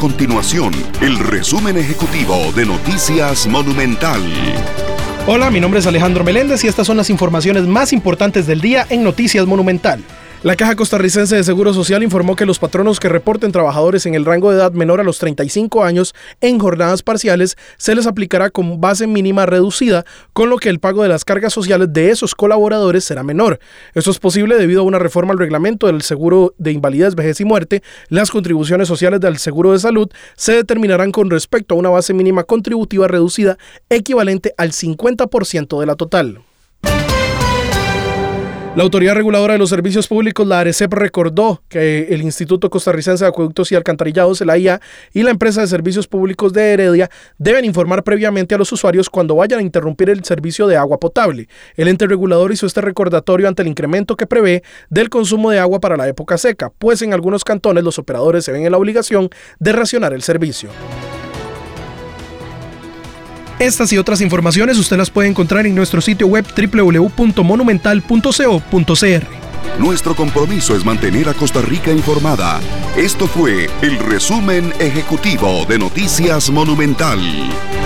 continuación el resumen ejecutivo de Noticias Monumental. Hola, mi nombre es Alejandro Meléndez y estas son las informaciones más importantes del día en Noticias Monumental. La Caja Costarricense de Seguro Social informó que los patronos que reporten trabajadores en el rango de edad menor a los 35 años en jornadas parciales se les aplicará con base mínima reducida, con lo que el pago de las cargas sociales de esos colaboradores será menor. Esto es posible debido a una reforma al reglamento del seguro de invalidez, vejez y muerte. Las contribuciones sociales del seguro de salud se determinarán con respecto a una base mínima contributiva reducida equivalente al 50% de la total. La Autoridad Reguladora de los Servicios Públicos, la ARECEP, recordó que el Instituto Costarricense de Acueductos y Alcantarillados, el AIA, y la Empresa de Servicios Públicos de Heredia deben informar previamente a los usuarios cuando vayan a interrumpir el servicio de agua potable. El ente regulador hizo este recordatorio ante el incremento que prevé del consumo de agua para la época seca, pues en algunos cantones los operadores se ven en la obligación de racionar el servicio. Estas y otras informaciones usted las puede encontrar en nuestro sitio web www.monumental.co.cr. Nuestro compromiso es mantener a Costa Rica informada. Esto fue el resumen ejecutivo de Noticias Monumental.